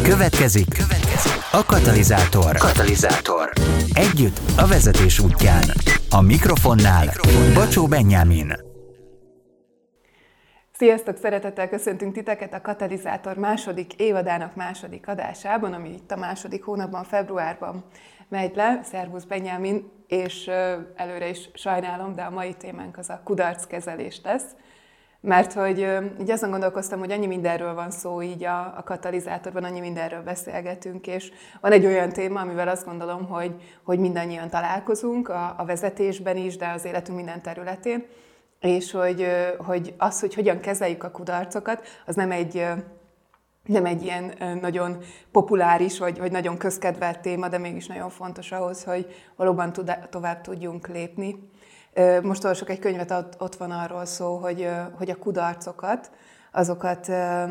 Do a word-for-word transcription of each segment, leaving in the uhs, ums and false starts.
Következik, következik a Katalizátor. Katalizátor. Együtt a vezetés útján. A mikrofonnál, mikrofonnál. Bacsó Benyámin. Sziasztok! Szeretettel köszöntünk titeket a Katalizátor második évadának második adásában, ami itt a második hónapban, februárban megy le. Szervusz Benyámin, és előre is sajnálom, de a mai témánk az a kudarckezelés lesz. Mert hogy így azon gondolkoztam, hogy annyi mindenről van szó így a, a katalizátorban, annyi mindenről beszélgetünk, és van egy olyan téma, amivel azt gondolom, hogy, hogy mindannyian találkozunk a, a vezetésben is, de az életünk minden területén, és hogy, hogy az, hogy hogyan kezeljük a kudarcokat, az nem egy, nem egy ilyen nagyon populáris, vagy, vagy nagyon közkedvelt téma, de mégis nagyon fontos ahhoz, hogy valóban tovább tudjunk lépni. Most olvasok egy könyvet, ott van arról szó, hogy, hogy a kudarcokat, azokat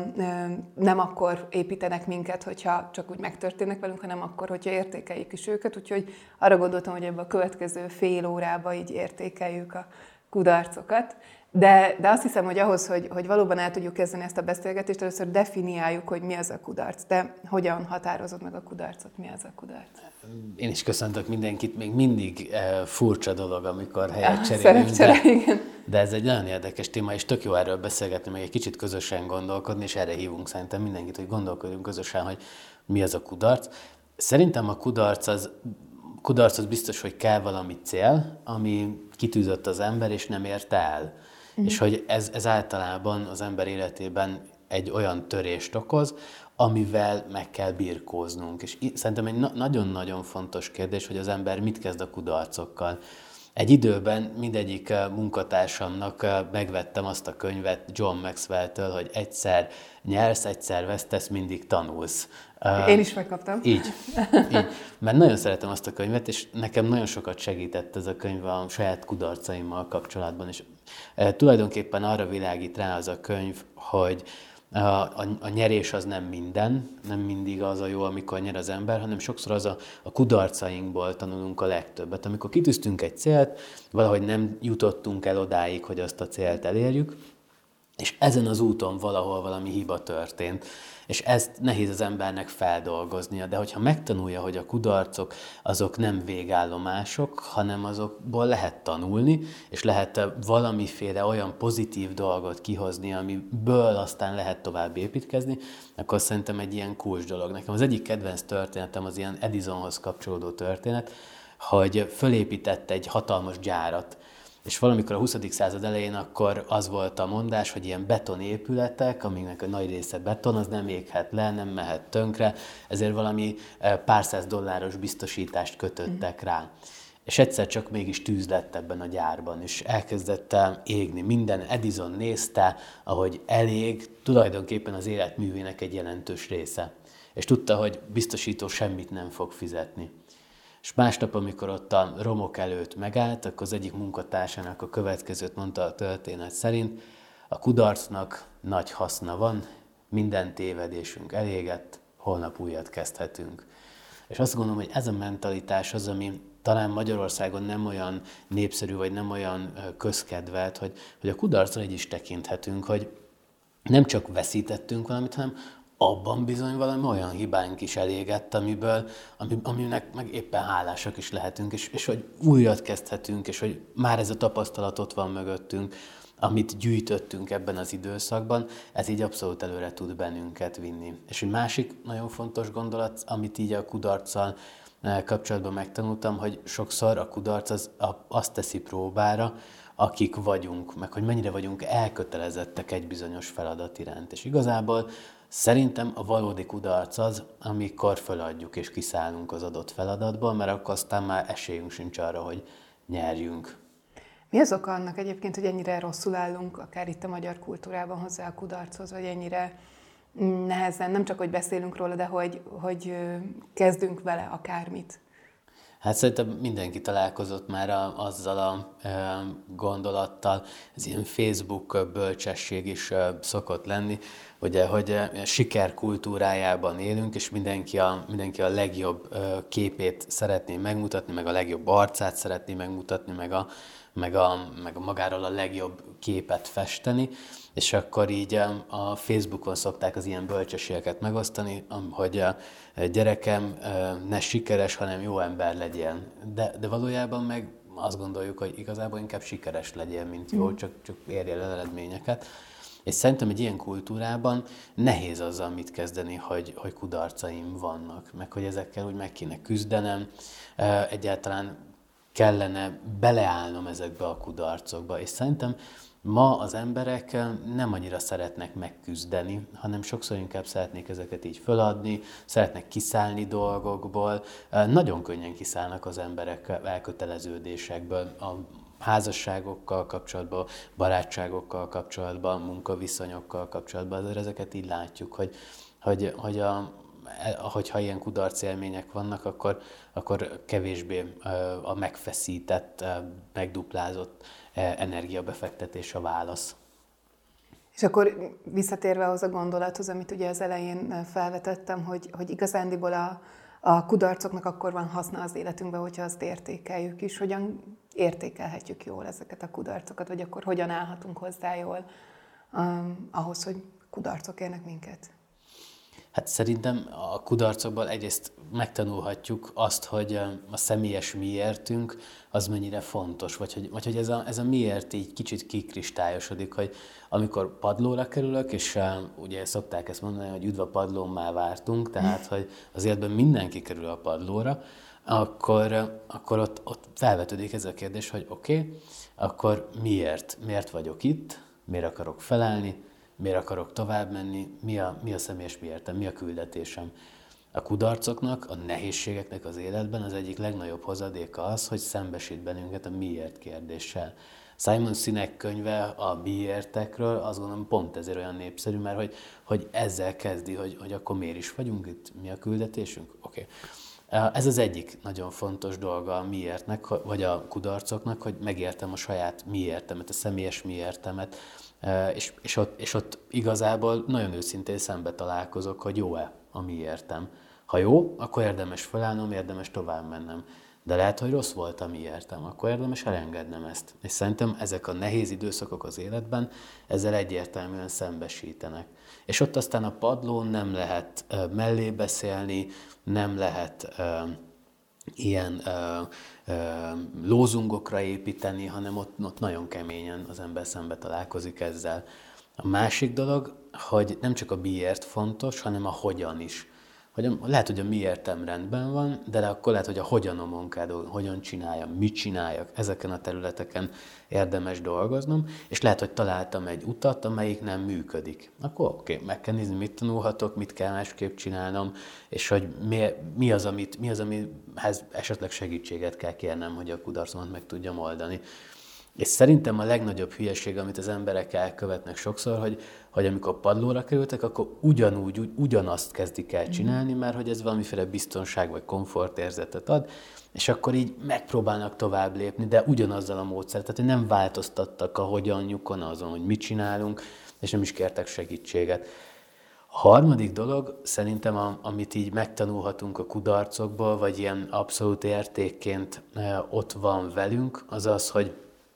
nem akkor építenek minket, hogyha csak úgy megtörténnek velünk, hanem akkor, hogyha értékeljük is őket. Úgyhogy arra gondoltam, hogy ebben a következő fél órában így értékeljük a kudarcokat. De, de azt hiszem, hogy ahhoz, hogy, hogy valóban el tudjuk kezdeni ezt a beszélgetést, először definiáljuk, hogy mi az a kudarc. De hogyan határozod meg a kudarcot, mi az a kudarc? Én is köszöntök mindenkit, még mindig uh, furcsa dolog, amikor helyet cserélünk, de, igen. de ez egy nagyon érdekes téma, és tök jó erről beszélgetni, meg egy kicsit közösen gondolkodni, és erre hívunk szerintem mindenkit, hogy gondolkodjunk közösen, hogy mi az a kudarc. Szerintem a kudarc az, kudarc az biztos, hogy kell valami cél, ami kitűzött az ember, és nem ért el. Mm. És hogy ez, ez általában az ember életében egy olyan törést okoz, amivel meg kell birkóznunk. És szerintem egy na- nagyon-nagyon fontos kérdés, hogy az ember mit kezd a kudarcokkal. Egy időben mindegyik munkatársamnak megvettem azt a könyvet John Maxwell-től, hogy egyszer nyersz, egyszer vesztesz, mindig tanulsz. Én is megkaptam. Így, így. Mert nagyon szeretem azt a könyvet, és nekem nagyon sokat segített ez a könyv a saját kudarcaimmal kapcsolatban. És e, tulajdonképpen arra világít rá az a könyv, hogy A, a, a nyerés az nem minden, nem mindig az a jó, amikor nyer az ember, hanem sokszor az a, a kudarcainkból tanulunk a legtöbbet. Amikor kitűztünk egy célt, valahogy nem jutottunk el odáig, hogy azt a célt elérjük, és ezen az úton valahol valami hiba történt. És ezt nehéz az embernek feldolgoznia, de hogyha megtanulja, hogy a kudarcok azok nem végállomások, hanem azokból lehet tanulni, és lehet valamiféle olyan pozitív dolgot kihozni, amiből aztán lehet tovább építkezni, akkor szerintem egy ilyen kulcs dolog. Nekem az egyik kedvenc történetem az ilyen Edisonhoz kapcsolódó történet, hogy fölépített egy hatalmas gyárat, és valamikor a huszadik század elején akkor az volt a mondás, hogy ilyen betonépületek, amiknek a nagy része beton, az nem éghet le, nem mehet tönkre, ezért valami pár száz dolláros biztosítást kötöttek rá. És egyszer csak mégis tűz lett ebben a gyárban, és elkezdett égni. Minden Edison nézte, ahogy elég, tulajdonképpen az életművének egy jelentős része. És tudta, hogy biztosító semmit nem fog fizetni. És másnap, amikor ott a romok előtt megállt, akkor az egyik munkatársának a következőt mondta a történet szerint: a kudarcnak nagy haszna van, minden tévedésünk elégett, holnap újat kezdhetünk. És azt gondolom, hogy ez a mentalitás az, ami talán Magyarországon nem olyan népszerű, vagy nem olyan közkedvelt, hogy, hogy a kudarcra így is tekinthetünk, hogy nem csak veszítettünk valamit, hanem abban bizony valami olyan hibánk is elégett, amiből, ami, aminek meg éppen hálásak is lehetünk, és, és hogy újat kezdhetünk, és hogy már ez a tapasztalat ott van mögöttünk, amit gyűjtöttünk ebben az időszakban, ez így abszolút előre tud bennünket vinni. És egy másik nagyon fontos gondolat, amit így a kudarccal kapcsolatban megtanultam, hogy sokszor a kudarc az, a, azt teszi próbára, akik vagyunk, meg hogy mennyire vagyunk elkötelezettek egy bizonyos feladat iránt. És igazából szerintem a valódi kudarc az, amikor feladjuk és kiszállunk az adott feladatból, mert akkor aztán már esélyünk sincs arra, hogy nyerjünk. Mi az oka annak egyébként, hogy ennyire rosszul állunk, akár itt a magyar kultúrában hozzá a kudarchoz, vagy ennyire nehezen, nem csak, hogy beszélünk róla, de hogy, hogy kezdünk vele akármit? Hát szerintem mindenki találkozott már a, azzal a e, gondolattal, ez ilyen Facebook bölcsesség is e, szokott lenni, ugye, hogy a siker kultúrájában élünk, és mindenki a, mindenki a legjobb képét szeretné megmutatni, meg a legjobb arcát szeretné megmutatni, meg a, meg a, meg a magáról a legjobb képet festeni, és akkor így a Facebookon szokták az ilyen bölcsességeket megosztani, hogy a gyerekem ne sikeres, hanem jó ember legyen. De, de valójában meg azt gondoljuk, hogy igazából inkább sikeres legyen, mint jó, mm. csak, csak érje el eredményeket. És szerintem egy ilyen kultúrában nehéz azzal mit kezdeni, hogy, hogy kudarcaim vannak, meg hogy ezekkel úgy meg kéne küzdenem, egyáltalán kellene beleállnom ezekbe a kudarcokba. És szerintem ma az emberek nem annyira szeretnek megküzdeni, hanem sokszor inkább szeretnék ezeket így föladni, szeretnek kiszállni dolgokból. Nagyon könnyen kiszállnak az emberek elköteleződésekből, a házasságokkal kapcsolatban, barátságokkal kapcsolatban, munkaviszonyokkal kapcsolatban. Azért ezeket így látjuk, hogy, hogy, hogy a, hogyha ilyen kudarcélmények vannak, akkor, akkor kevésbé a megfeszített, megduplázott energiabefektetés a válasz. És akkor visszatérve ahhoz a gondolathoz, amit ugye az elején felvetettem, hogy, hogy igazándiból a, a kudarcoknak akkor van haszna az életünkben, hogyha azt értékeljük is. Hogyan értékelhetjük jól ezeket a kudarcokat, vagy akkor hogyan állhatunk hozzá jól um, ahhoz, hogy kudarcok érnek minket? Hát szerintem a kudarcokból egyrészt megtanulhatjuk azt, hogy a személyes miértünk az mennyire fontos, vagy hogy, vagy hogy ez, a, ez a miért így kicsit kikristályosodik, hogy amikor padlóra kerülök, és uh, ugye szokták ezt mondani, hogy üdv a padlón már vártunk, tehát hogy az életben mindenki kerül a padlóra, akkor, akkor ott, ott felvetődik ez a kérdés, hogy oké, okay, akkor miért? Miért vagyok itt? Miért akarok felállni? Miért akarok tovább menni? Mi a, mi a személyes miértem? Mi a küldetésem? A kudarcoknak, a nehézségeknek az életben az egyik legnagyobb hozadéka az, hogy szembesít bennünket a miért kérdéssel. Simon Sinek könyve a miértekről azt gondolom pont ezért olyan népszerű, mert hogy, hogy ezzel kezdi, hogy, hogy akkor miért is vagyunk itt, mi a küldetésünk? Oké. Okay. Ez az egyik nagyon fontos dolga a miértnek, vagy a kudarcoknak, hogy megértem a saját miértemet, a személyes miértemet, és, és, ott, és ott igazából nagyon őszintén szembe találkozok, hogy jó-e a miértem. Ha jó, akkor érdemes felállnom, érdemes tovább mennem. De lehet, hogy rossz volt a miértem, akkor érdemes elengednem ezt. És szerintem ezek a nehéz időszakok az életben ezzel egyértelműen szembesítenek. És ott aztán a padlón nem lehet uh, mellé beszélni, nem lehet uh, ilyen uh, uh, lózungokra építeni, hanem ott, ott nagyon keményen az ember szembe találkozik ezzel. A másik dolog, hogy nem csak a miért fontos, hanem a hogyan is. Hogy a, lehet, hogy a miértem rendben van, de akkor lehet, hogy a hogyanomon kell dolgozni, hogyan csináljam, mit csináljak, ezeken a területeken érdemes dolgoznom, és lehet, hogy találtam egy utat, amelyik nem működik. Akkor oké, okay, meg kell nézni, mit tanulhatok, mit kell másképp csinálnom, és hogy mi, mi, az, amit, mi az, amihez esetleg segítséget kell kérnem, hogy a kudarcomat meg tudjam oldani. És szerintem a legnagyobb hülyeség, amit az emberek elkövetnek sokszor, hogy, hogy amikor padlóra kerültek, akkor ugyanúgy, ugy, ugyanazt kezdik el csinálni, mert hogy ez valamiféle biztonság vagy komfortérzetet ad, és akkor így megpróbálnak tovább lépni, de ugyanazzal a módszert, tehát hogy nem változtattak a hogyanjukon, azon, hogy mit csinálunk, és nem is kértek segítséget. A harmadik dolog, szerintem, a, amit így megtanulhatunk a kudarcokból, vagy ilyen abszolút értékként e, ott van velünk, az az, hogy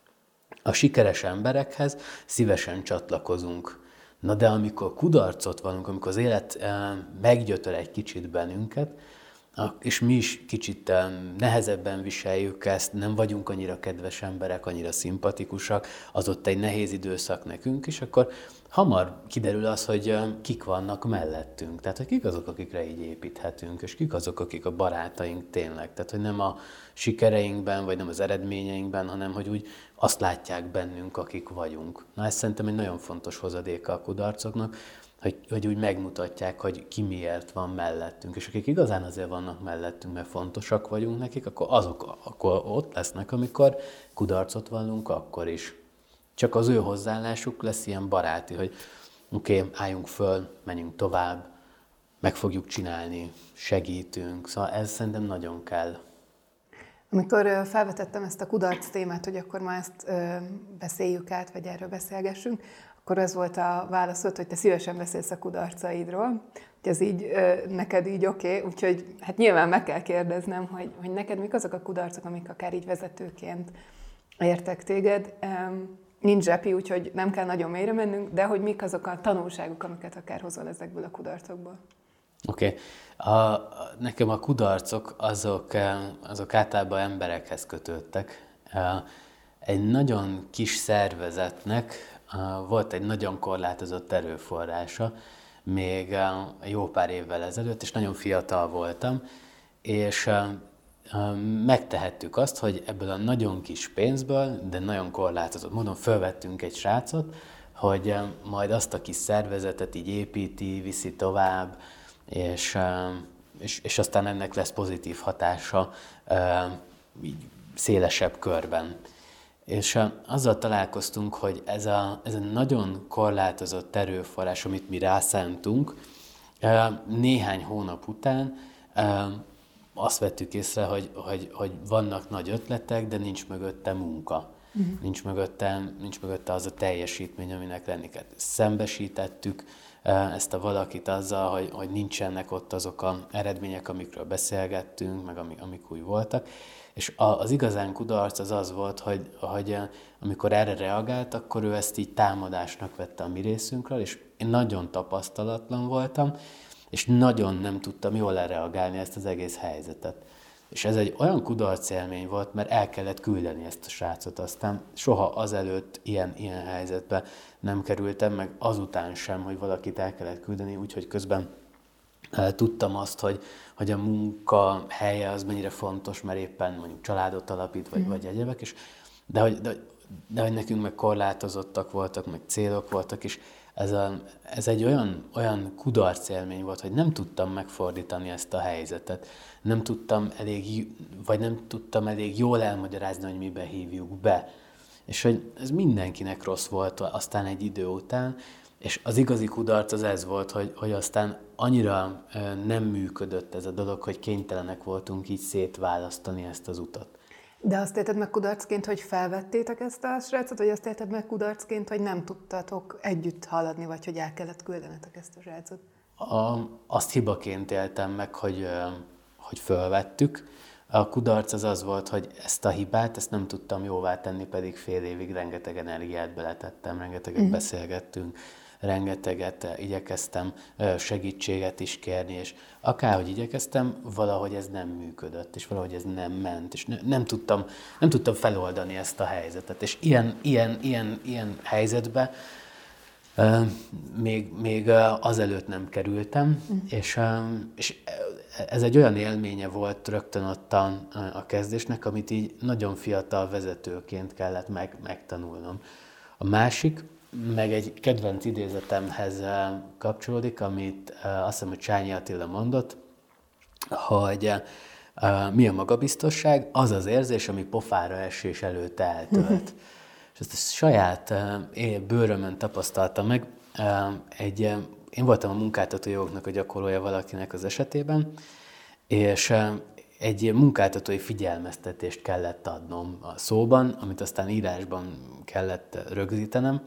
a sikeres emberekhez szívesen csatlakozunk. Na de amikor kudarcot vanunk, amikor az élet meggyötör egy kicsit bennünket, és mi is kicsit nehezebben viseljük ezt, nem vagyunk annyira kedves emberek, annyira szimpatikusak, az ott egy nehéz időszak nekünk is, akkor hamar kiderül az, hogy kik vannak mellettünk. Tehát, hogy kik azok, akikre így építhetünk, és kik azok, akik a barátaink tényleg. Tehát, hogy nem a sikereinkben, vagy nem az eredményeinkben, hanem hogy úgy azt látják bennünk, akik vagyunk. Na, ez szerintem egy nagyon fontos hozadéka a kudarcoknak, hogy, hogy úgy megmutatják, hogy ki miért van mellettünk. És akik igazán azért vannak mellettünk, mert fontosak vagyunk nekik, akkor azok akkor ott lesznek, amikor kudarcot vallunk, akkor is. Csak az ő hozzáállásuk lesz ilyen baráti, hogy oké, okay, álljunk föl, menjünk tovább, meg fogjuk csinálni, segítünk. Szóval ez szerintem nagyon kell. Amikor felvetettem ezt a kudarc témát, hogy akkor ma ezt beszéljük át, vagy erről beszélgessünk, akkor ez volt a válaszod, hogy te szívesen beszélsz a kudarcaidról, hogy ez így neked így oké, okay. Úgyhogy hát nyilván meg kell kérdeznem, hogy, hogy neked mik azok a kudarcok, amik akár így vezetőként értek téged. Nincs zsepi, úgyhogy nem kell nagyon mélyre mennünk, de hogy mik azok a tanulságok, amiket akár hozol ezekből a kudarcokból. Oké. Okay. Nekem a kudarcok azok, azok általában emberekhez kötődtek. Egy nagyon kis szervezetnek volt egy nagyon korlátozott erőforrása, még jó pár évvel ezelőtt, és nagyon fiatal voltam, és megtehettük azt, hogy ebből a nagyon kis pénzből, de nagyon korlátozott módon fölvettünk egy srácot, hogy majd azt a kis szervezetet így építi, viszi tovább, és, és, és aztán ennek lesz pozitív hatása így szélesebb körben. És azzal találkoztunk, hogy ez a, ez a nagyon korlátozott erőforrás, amit mi rászántunk, néhány hónap után azt vettük észre, hogy, hogy, hogy vannak nagy ötletek, de nincs mögötte munka. Uh-huh. Nincs mögötte, nincs mögötte az a teljesítmény, aminek lenni kell. Szembesítettük ezt a valakit azzal, hogy, hogy nincsenek ott azok az eredmények, amikről beszélgettünk, meg amik, amik úgy voltak. És az igazán kudarc az az volt, hogy, hogy amikor erre reagált, akkor ő ezt így támadásnak vette a mi részünkről, és én nagyon tapasztalatlan voltam, és nagyon nem tudtam jól elreagálni ezt az egész helyzetet. És ez egy olyan kudarc élmény volt, mert el kellett küldeni ezt a srácot, aztán soha azelőtt ilyen, ilyen helyzetbe nem kerültem, meg azután sem, hogy valakit el kellett küldeni, úgyhogy közben tudtam azt, hogy, hogy a munka helye az mennyire fontos, mert éppen mondjuk családot alapít, vagy, mm. vagy egyebek, és de hogy, de, de hogy nekünk meg korlátozottak voltak, meg célok voltak, és ez, a, ez egy olyan, olyan kudarc élmény volt, hogy nem tudtam megfordítani ezt a helyzetet. Nem tudtam elég, vagy nem tudtam elég jól elmagyarázni, hogy mibe hívjuk be. És hogy ez mindenkinek rossz volt aztán egy idő után, és az igazi kudarc az ez volt, hogy, hogy aztán annyira nem működött ez a dolog, hogy kénytelenek voltunk így szétválasztani ezt az utat. De azt élted meg kudarcként, hogy felvettétek ezt a srácot, vagy azt élted meg kudarcként, hogy nem tudtatok együtt haladni, vagy hogy el kellett küldenetek ezt a srácot? A, azt hibaként éltem meg, hogy, hogy fölvettük. A kudarc az az volt, hogy ezt a hibát, ezt nem tudtam jóvá tenni, pedig fél évig rengeteg energiát beletettem, rengeteget uh-huh. beszélgettünk, rengeteget igyekeztem segítséget is kérni, és akárhogy igyekeztem, valahogy ez nem működött, és valahogy ez nem ment, és ne, nem, tudtam, nem tudtam feloldani ezt a helyzetet. És ilyen, ilyen, ilyen, ilyen helyzetbe uh, még, még azelőtt nem kerültem, mm. és, uh, és ez egy olyan élménye volt rögtön ott a, a kezdésnek, amit így nagyon fiatal vezetőként kellett meg, megtanulnom. A másik, meg egy kedvenc idézetemhez kapcsolódik, amit azt hiszem, hogy Csányi Attila mondott, hogy mi a magabiztosság? Az az érzés, ami pofára esés előtt eltölt. Uh-huh. És ezt a saját bőrömön tapasztaltam meg. Egy, én voltam a munkáltató jogoknak a gyakorlója valakinek az esetében, és egy munkáltatói figyelmeztetést kellett adnom a szóban, amit aztán írásban kellett rögzítenem,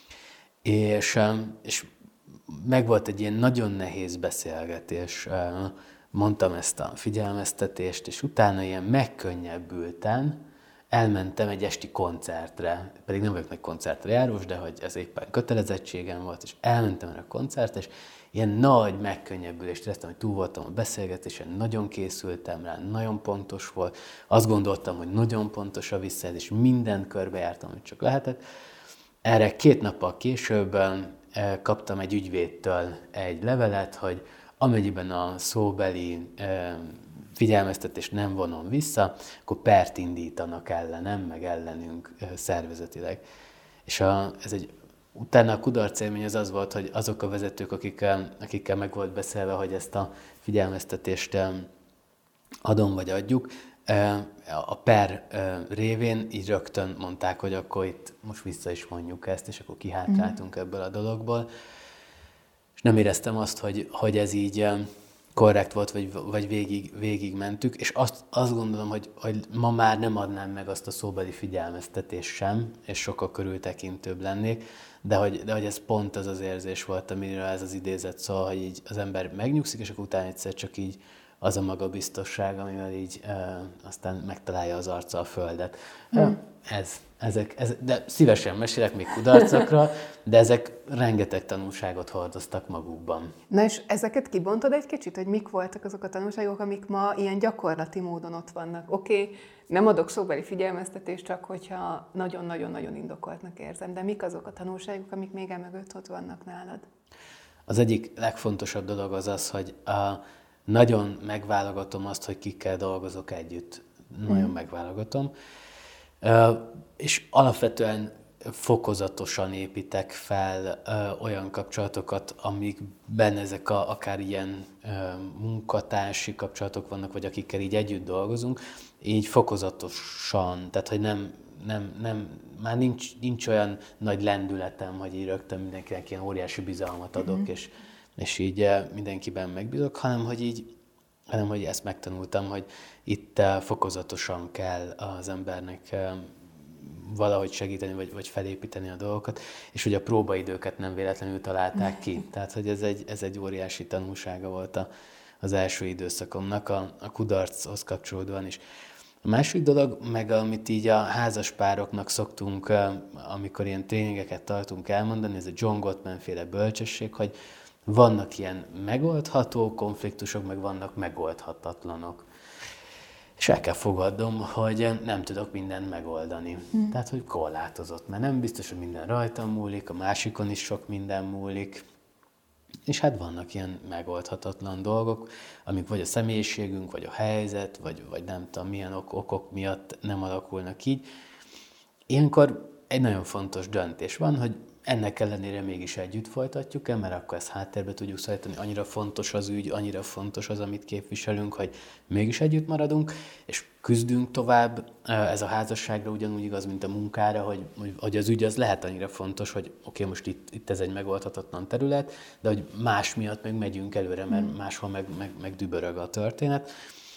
és, és megvolt egy ilyen nagyon nehéz beszélgetés. Mondtam ezt a figyelmeztetést, és utána ilyen megkönnyebbülten elmentem egy esti koncertre, pedig nem vagyok nagy koncertre járós, de hogy ez éppen kötelezettségem volt, és elmentem erre a koncertre, és ilyen nagy megkönnyebbülést éreztem, hogy túl voltam a beszélgetésen, nagyon készültem rá, nagyon pontos volt, azt gondoltam, hogy nagyon pontos a visszajelzés, mindent körbejártam, hogy csak lehetett. Erre két nappal később kaptam egy ügyvédtől egy levelet, hogy amennyiben a szóbeli figyelmeztetést nem vonom vissza, akkor pert indítanak ellenem, meg ellenünk szervezetileg. És a, ez egy, utána a kudarc élmény az az volt, hogy azok a vezetők, akikkel, akikkel meg volt beszélve, hogy ezt a figyelmeztetést adom vagy adjuk, a per révén így rögtön mondták, hogy akkor itt most vissza is mondjuk ezt, és akkor kihátráltunk mm. ebből a dologból. És nem éreztem azt, hogy, hogy ez így korrekt volt, vagy, vagy végig, végig mentük, és azt, azt gondolom, hogy, hogy ma már nem adnám meg azt a szóbeli figyelmeztetést sem, és sokkal körültekintőbb lennék, de hogy, de hogy ez pont az az érzés volt, amiről ez az idézet szól, hogy így az ember megnyugszik, és akkor utána egyszer csak így az a magabiztosság, amivel így e, aztán megtalálja az arca a földet. Mm. Ez, ezek, ez, de szívesen mesélek még kudarcokra, de ezek rengeteg tanulságot hordoztak magukban. Na és ezeket kibontod egy kicsit, hogy mik voltak azok a tanulságok, amik ma ilyen gyakorlati módon ott vannak? Oké, okay, nem adok szóbeli figyelmeztetést, csak hogyha nagyon-nagyon-nagyon indokoltnak érzem, de mik azok a tanulságok, amik még emögött ott vannak nálad? Az egyik legfontosabb dolog az az, hogy a, nagyon megválogatom azt, hogy kikkel dolgozok együtt. Nagyon mm. megválogatom. Uh, és alapvetően fokozatosan építek fel uh, olyan kapcsolatokat, amikben ezek a, akár ilyen uh, munkatársi kapcsolatok vannak, vagy akikkel így együtt dolgozunk, így fokozatosan, tehát hogy nem, nem, nem már nincs, nincs olyan nagy lendületem, hogy így rögtön mindenkinek ilyen óriási bizalmat adok, mm-hmm. és, és így uh, mindenkiben megbízok, hanem hogy így hanem hogy ezt megtanultam, hogy itt uh, fokozatosan kell az embernek uh, valahogy segíteni, vagy, vagy felépíteni a dolgokat, és hogy a próbaidőket nem véletlenül találták ki. Tehát, hogy ez egy, ez egy óriási tanulsága volt a, az első időszakomnak, a, a kudarchoz kapcsolódóan is. A másik dolog, meg amit így a házaspároknak szoktunk, uh, amikor ilyen tréningeket tartunk elmondani, ez a John Gottman-féle bölcsesség, hogy vannak ilyen megoldható konfliktusok, meg vannak megoldhatatlanok. És el kell fogadnom, hogy nem tudok mindent megoldani. Hmm. Tehát, hogy korlátozott, mert nem biztos, hogy minden rajtam múlik, a másikon is sok minden múlik. És hát vannak ilyen megoldhatatlan dolgok, amik vagy a személyiségünk, vagy a helyzet, vagy, vagy nem tudom, milyen ok- okok miatt nem alakulnak így. Ilyenkor egy nagyon fontos döntés van, hogy ennek ellenére mégis együtt folytatjuk-e, mert akkor ezt háttérbe tudjuk szorítani. Annyira fontos az ügy, annyira fontos az, amit képviselünk, hogy mégis együtt maradunk, és küzdünk tovább. Ez a házasságra ugyanúgy igaz, mint a munkára, hogy, hogy az ügy az lehet annyira fontos, hogy oké, okay, most itt, itt ez egy megoldhatatlan terület, de hogy más miatt meg megyünk előre, mert máshol meg, meg, meg dübörög a történet.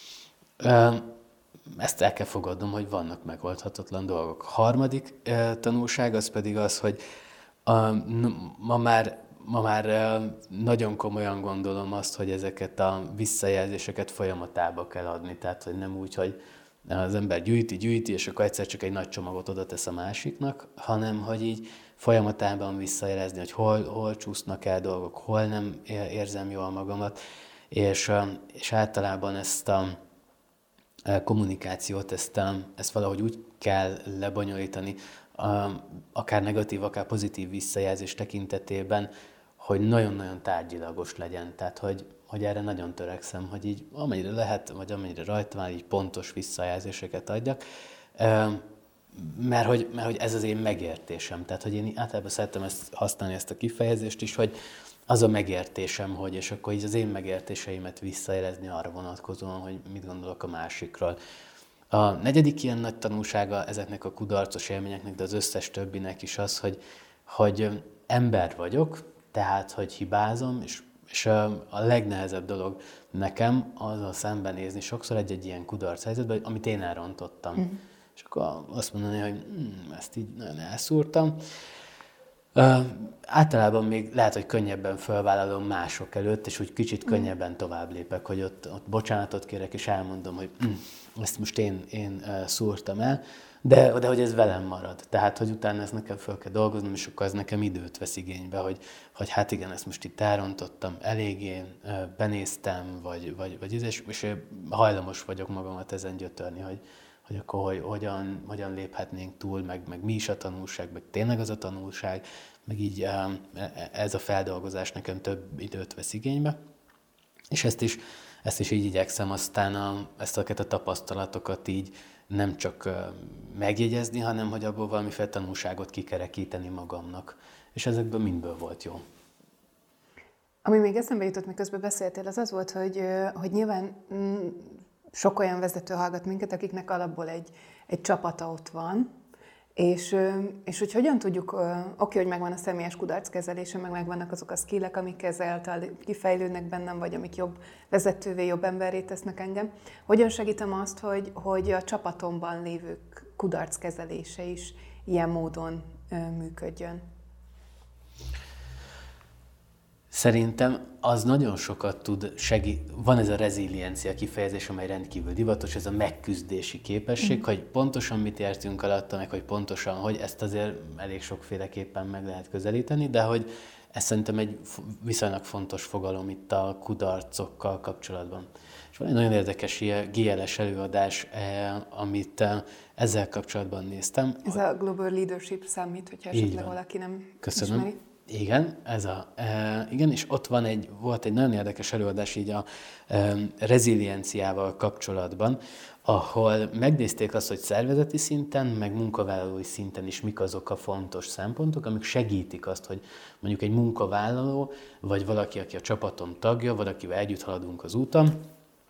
Ezt el kell fogadnom, hogy vannak megoldhatatlan dolgok. A harmadik tanulság az pedig az, hogy A, ma, már, ma már nagyon komolyan gondolom azt, hogy ezeket a visszajelzéseket folyamatába kell adni. Tehát, hogy nem úgy, hogy az ember gyűjti, gyűjti, és akkor egyszer csak egy nagy csomagot oda tesz a másiknak, hanem, hogy így folyamatában visszajelezni, hogy hol, hol csúsznak el dolgok, hol nem érzem jól magamat, és, és általában ezt a kommunikációt, ezt, ezt valahogy úgy kell lebonyolítani, akár negatív, akár pozitív visszajelzés tekintetében, hogy nagyon-nagyon tárgyilagos legyen. Tehát, hogy, hogy erre nagyon törekszem, hogy így amennyire lehet, vagy amennyire rajta van, így pontos visszajelzéseket adjak. Mert hogy, mert hogy ez az én megértésem. Tehát, hogy én általában szeretem ezt használni, ezt a kifejezést is, hogy az a megértésem, hogy, és akkor így az én megértéseimet visszajelezni arra vonatkozóan, hogy mit gondolok a másikról. A negyedik ilyen nagy tanulsága ezeknek a kudarcos élményeknek, de az összes többinek is az, hogy, hogy ember vagyok, tehát, hogy hibázom, és, és a, a legnehezebb dolog nekem azzal szembenézni sokszor egy-egy ilyen kudarc helyzetben, amit én elrontottam. Mm. És akkor azt mondani, hogy hm, ezt így nagyon elszúrtam. Uh, általában még lehet, hogy könnyebben felvállalom mások előtt, és úgy kicsit könnyebben tovább lépek, hogy ott, ott bocsánatot kérek, és elmondom, hogy hm, ezt most én, én uh, szúrtam el, de, de hogy ez velem marad. Tehát, hogy utána ezt nekem fel kell dolgoznom, és akkor ez nekem időt vesz igénybe, hogy, hogy hát igen, ezt most itt elrontottam, eléggé uh, benéztem, vagy, vagy, vagy és, és hajlamos vagyok magamat ezen gyötörni, hogy hogy akkor hogy, hogyan, hogyan léphetnénk túl, meg, meg mi is a tanulság, meg tényleg az a tanulság, meg így ez a feldolgozás nekem több időt vesz igénybe. És ezt is, ezt is így igyekszem aztán a, ezeket a tapasztalatokat így nem csak megjegyezni, hanem hogy abból valamiféle tanulságot kikerekíteni magamnak. És ezekből mindből volt jó. Ami még eszembe jutott, miközben beszéltél, az az volt, hogy, hogy nyilván sok olyan vezető hallgat minket, akiknek alapból egy, egy csapata ott van, És, és hogy hogyan tudjuk, oké, hogy megvan a személyes kudarckezelése, meg megvannak azok a skillek, amik ezáltal kifejlődnek bennem, vagy amik jobb vezetővé, jobb emberré tesznek engem. Hogyan segítem azt, hogy, hogy a csapatomban lévők kudarckezelése is ilyen módon működjön? Szerintem az nagyon sokat tud segíteni. Van ez a reziliencia kifejezés, amely rendkívül divatos, ez a megküzdési képesség, mm. hogy pontosan mit értünk alatta, meg hogy pontosan, hogy ezt azért elég sokféleképpen meg lehet közelíteni, de hogy ez szerintem egy viszonylag fontos fogalom itt a kudarcokkal kapcsolatban. És van egy nagyon érdekes gé el es előadás, amit ezzel kapcsolatban néztem. Ez a Global Leadership Summit, hogyha esetleg valaki nem Köszönöm. ismeri. Igen, ez a, e, igen, és ott van egy, volt egy nagyon érdekes előadás így a e, rezilienciával kapcsolatban, ahol megnézték azt, hogy szervezeti szinten, meg munkavállalói szinten is mik azok a fontos szempontok, amik segítik azt, hogy mondjuk egy munkavállaló, vagy valaki, aki a csapatom tagja, vagy akivel együtt haladunk az úton,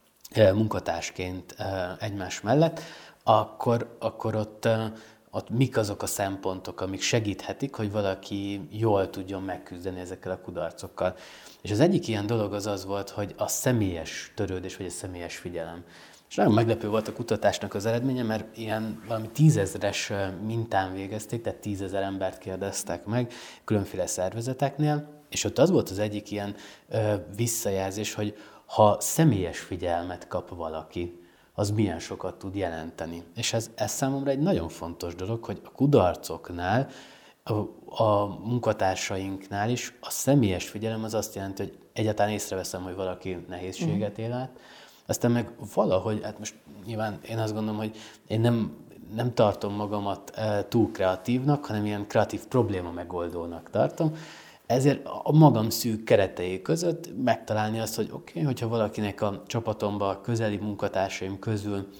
e, munkatársként e, egymás mellett, akkor, akkor ott e, ott mik azok a szempontok, amik segíthetik, hogy valaki jól tudjon megküzdeni ezekkel a kudarcokkal. És az egyik ilyen dolog az az volt, hogy a személyes törődés, vagy a személyes figyelem. És nagyon meglepő volt a kutatásnak az eredménye, mert ilyen valami tízezres mintán végezték, tehát tízezer embert kérdeztek meg különféle szervezeteknél, és ott az volt az egyik ilyen ö, visszajelzés, hogy ha személyes figyelmet kap valaki, az milyen sokat tud jelenteni. És ez, ez számomra egy nagyon fontos dolog, hogy a kudarcoknál, a, a munkatársainknál is a személyes figyelem az azt jelenti, hogy egyáltalán észreveszem, hogy valaki nehézséget él át, aztán meg valahogy, hát most nyilván én azt gondolom, hogy én nem, nem tartom magamat túl kreatívnak, hanem ilyen kreatív probléma megoldónak tartom, ezért a magam szűk keretei között megtalálni azt, hogy oké, okay, hogyha valakinek a csapatomban, a közeli munkatársaim közül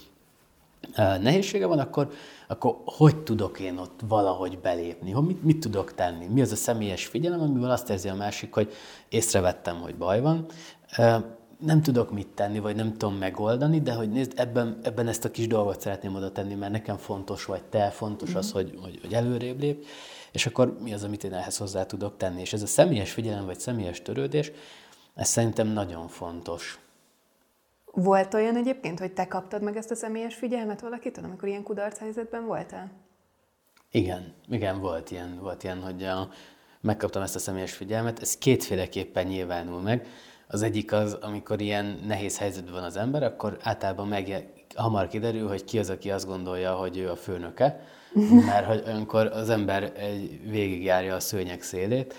nehézsége van, akkor, akkor hogy tudok én ott valahogy belépni? Mit, mit tudok tenni? Mi az a személyes figyelem, amivel azt érzi a másik, hogy észrevettem, hogy baj van. Nem tudok mit tenni, vagy nem tudom megoldani, de hogy nézd, ebben, ebben ezt a kis dolgot szeretném oda tenni, mert nekem fontos, vagy te fontos az, hogy, hogy, hogy előrébb lép. És akkor mi az, amit én ehhez hozzá tudok tenni? És ez a személyes figyelem, vagy személyes törődés, ez szerintem nagyon fontos. Volt olyan egyébként, hogy te kaptad meg ezt a személyes figyelmet valakitől, amikor ilyen kudarc helyzetben voltál? Igen, igen, volt ilyen, volt ilyen, hogy a, megkaptam ezt a személyes figyelmet. Ez kétféleképpen nyilvánul meg. Az egyik az, amikor ilyen nehéz helyzetben van az ember, akkor általában meg hamar kiderül, hogy ki az, aki azt gondolja, hogy ő a főnöke, mert hogy olyankor az ember végigjárja a szőnyeg szélét.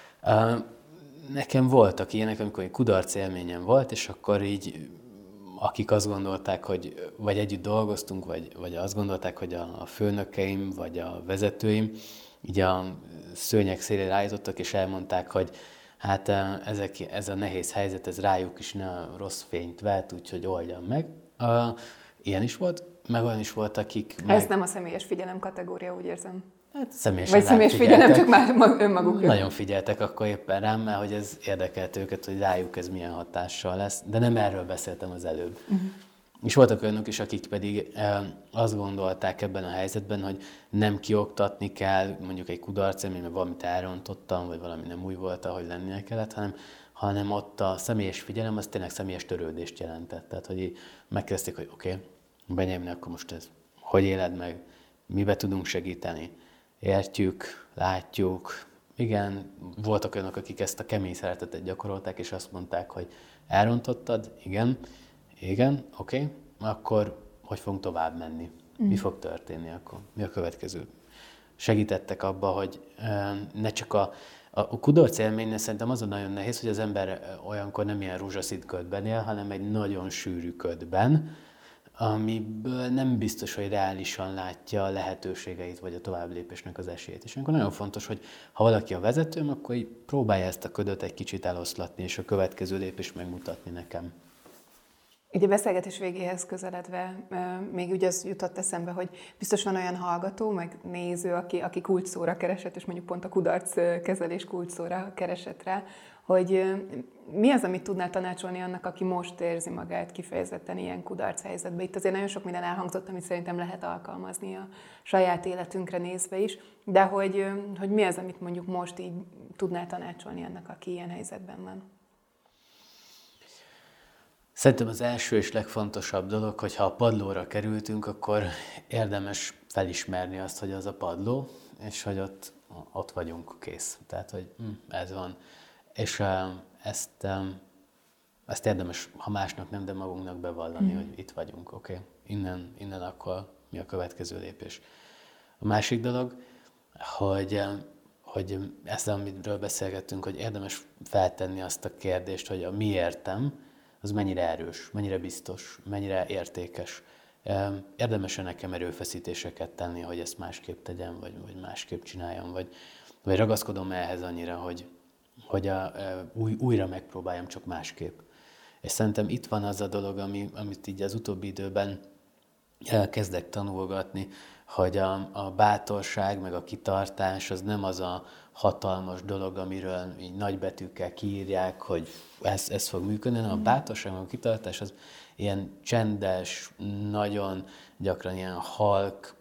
Nekem voltak ilyenek, amikor egy kudarc élményem volt, és akkor így, akik azt gondolták, hogy vagy együtt dolgoztunk, vagy, vagy azt gondolták, hogy a, a főnökeim, vagy a vezetőim, így a szőnyeg szélére állítottak, és elmondták, hogy hát ezek, ez a nehéz helyzet, ez rájuk is ne rossz fényt vet, úgyhogy oldjam meg. Ilyen is volt, meg olyan is volt, akik... Ez meg... nem a személyes figyelem kategória, úgy érzem. Hát személyesen Vagy személyes figyelem, csak már önmagukra. Nagyon figyeltek akkor éppen rám, mert hogy ez érdekelt őket, hogy rájuk ez milyen hatással lesz, de nem erről beszéltem az előbb. Uh-huh. És voltak olyanok is, akik pedig eh, azt gondolták ebben a helyzetben, hogy nem kioktatni kell, mondjuk egy kudarcélmény, mert valamit elrontottam, vagy valami nem úgy volt, ahogy lennie kellett, hanem, hanem ott a személyes figyelem, az tényleg személyes törődést jelentett. Tehát, hogy így megkezdték, hogy oké, okay, Benyámin, akkor most ez hogy éled meg, mibe tudunk segíteni, értjük, látjuk. Igen, voltak olyanok, akik ezt a kemény szeretetet gyakorolták, és azt mondták, hogy elrontottad, igen, igen, oké, okay, akkor hogy fogunk tovább menni? Mm. Mi fog történni akkor? Mi a következő? Segítettek abba, hogy ne csak a, a kudarc élménynél szerintem az a nagyon nehéz, hogy az ember olyankor nem ilyen rózsaszín ködben él, hanem egy nagyon sűrű ködben, amiből nem biztos, hogy reálisan látja a lehetőségeit, vagy a továbblépésnek az esélyét. És akkor nagyon fontos, hogy ha valaki a vezetőm, akkor így próbálja ezt a ködöt egy kicsit eloszlatni, és a következő lépést megmutatni nekem. Ugye a beszélgetés végéhez közeledve még úgy az jutott eszembe, hogy biztos van olyan hallgató, meg néző, aki, aki kulcsszóra keresett, és mondjuk pont a kudarckezelés kulcsszóra keresett rá, hogy mi az, amit tudnál tanácsolni annak, aki most érzi magát kifejezetten ilyen kudarc helyzetben. Itt azért nagyon sok minden elhangzott, amit szerintem lehet alkalmazni a saját életünkre nézve is, de hogy, hogy mi az, amit mondjuk most így tudnál tanácsolni annak, aki ilyen helyzetben van. Szerintem az első és legfontosabb dolog, hogy ha a padlóra kerültünk, akkor érdemes felismerni azt, hogy az a padló, és hogy ott, ott vagyunk, kész. Tehát, hogy ez van. És ezt, ezt érdemes, ha másnak nem, de magunknak bevallani, mm. hogy itt vagyunk, oké. Okay. Innen, innen akkor mi a következő lépés. A másik dolog, hogy, hogy ezt, amiről beszélgettünk, hogy érdemes feltenni azt a kérdést, hogy a miértem, az mennyire erős, mennyire biztos, mennyire értékes. Érdemes-e nekem erőfeszítéseket tenni, hogy ezt másképp tegyem, vagy, vagy másképp csináljam, vagy, vagy ragaszkodom ehhez annyira, hogy, hogy a, új, újra megpróbáljam, csak másképp. És szerintem itt van az a dolog, ami, amit így az utóbbi időben kezdek tanulgatni, hogy a, a bátorság, meg a kitartás az nem az a hatalmas dolog, amiről így nagybetűkkel kiírják, hogy ez, ez fog működni, hanem a bátorság, meg a kitartás az ilyen csendes, nagyon gyakran ilyen halk,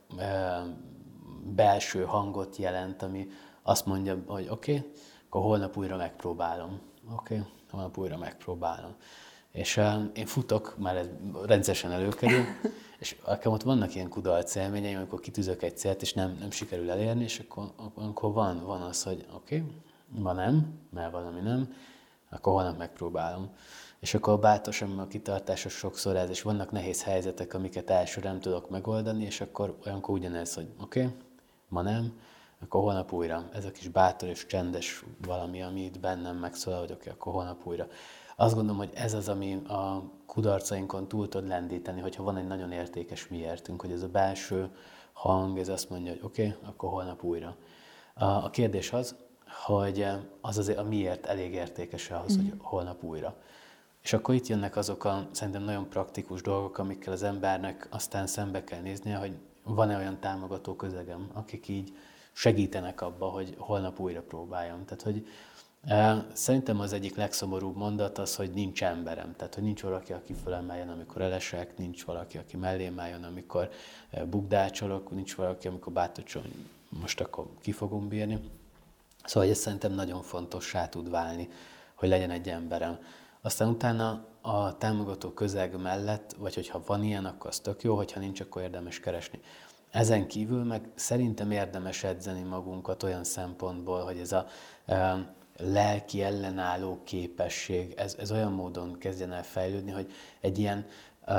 belső hangot jelent, ami azt mondja, hogy oké, okay, akkor holnap újra megpróbálom. Oké, okay, holnap újra megpróbálom. És uh, én futok, már ez rendszeresen előkerül, és nekem ott vannak ilyen kudarc élményeim, amikor kitűzök egy célt, és nem, nem sikerül elérni, és akkor, akkor van, van az, hogy oké, okay, ma nem, mert valami nem, akkor holnap megpróbálom. És akkor a bátorság, a kitartás az sokszor ez, és vannak nehéz helyzetek, amiket elsőre nem tudok megoldani, és akkor olyankor ugyanez, hogy oké, okay, ma nem, akkor holnap újra. Ez a kis bátor és csendes valami, ami itt bennem megszólal, hogy oké, okay, akkor holnap újra. Azt gondolom, hogy ez az, ami a kudarcainkon túl tud lendíteni, hogyha van egy nagyon értékes miértünk, hogy ez a belső hang, ez azt mondja, hogy oké, okay, akkor holnap újra. A kérdés az, hogy az azért a miért elég értékes ahhoz, mm. hogy holnap újra. És akkor itt jönnek azok a szerintem nagyon praktikus dolgok, amikkel az embernek aztán szembe kell néznie, hogy van-e olyan támogató közegem, akik így segítenek abba, hogy holnap újra próbáljam. Tehát, hogy e, szerintem az egyik legszomorúbb mondat az, hogy nincs emberem. Tehát, hogy nincs valaki, aki fölemeljen, amikor elesek, nincs valaki, aki mellém álljon, amikor bukdácsolok, nincs valaki, amikor bátorcsol, most akkor ki fogom bírni. Szóval ez szerintem nagyon fontossá tud válni, hogy legyen egy emberem. Aztán utána a támogató közeg mellett, vagy hogyha van ilyen, akkor az tök jó, hogyha nincs, akkor érdemes keresni. Ezen kívül meg szerintem érdemes edzeni magunkat olyan szempontból, hogy ez a e, lelki ellenálló képesség, ez, ez olyan módon kezdjen el fejlődni, hogy egy ilyen e,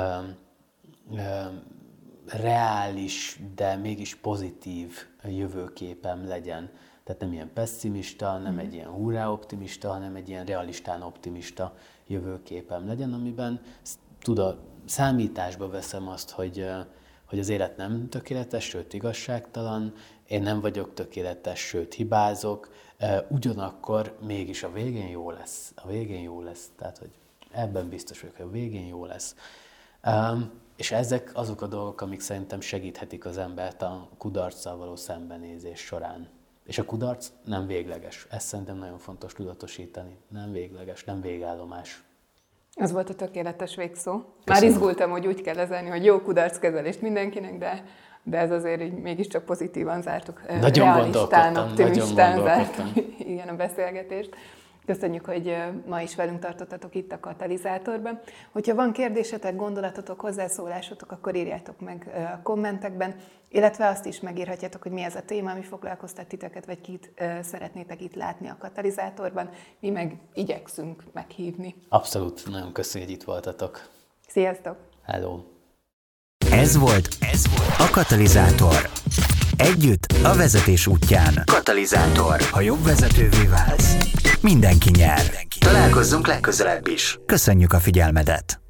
e, reális, de mégis pozitív jövőképem legyen. Tehát nem ilyen pessimista, nem mm. egy ilyen hurrá optimista, hanem egy ilyen realistán optimista jövőképem legyen, amiben tud a számításba veszem azt, hogy, hogy az élet nem tökéletes, sőt igazságtalan, én nem vagyok tökéletes, sőt hibázok, ugyanakkor mégis a végén jó lesz. A végén jó lesz. Tehát, hogy ebben biztos vagyok, hogy a végén jó lesz. És ezek azok a dolgok, amik szerintem segíthetik az embert a kudarccal való szembenézés során. És a kudarc nem végleges. Ezt szerintem nagyon fontos tudatosítani. Nem végleges, nem végállomás. Ez volt a tökéletes végszó. Már Köszönöm. Izgultam, hogy úgy kell lezelni, hogy jó kudarckezelést mindenkinek, de, de ez azért így mégiscsak pozitívan zártuk. Nagyon realistán, optimistán zártuk igen, a beszélgetést. Köszönjük, hogy ma is velünk tartottatok itt a Katalizátorban. Hogyha van kérdésetek, gondolatotok, hozzászólásotok, akkor írjátok meg a kommentekben, illetve azt is megírhatjátok, hogy mi ez a téma, ami foglalkoztat titeket, vagy kit szeretnétek itt látni a Katalizátorban. Mi meg igyekszünk meghívni. Abszolút, nagyon köszönjük, hogy itt voltatok. Sziasztok! Hello! Ez volt, ez volt a Katalizátor. Együtt a vezetés útján. Katalizátor. Ha jobb vezetővé válsz, mindenki nyer. Találkozzunk legközelebb is. Köszönjük a figyelmedet!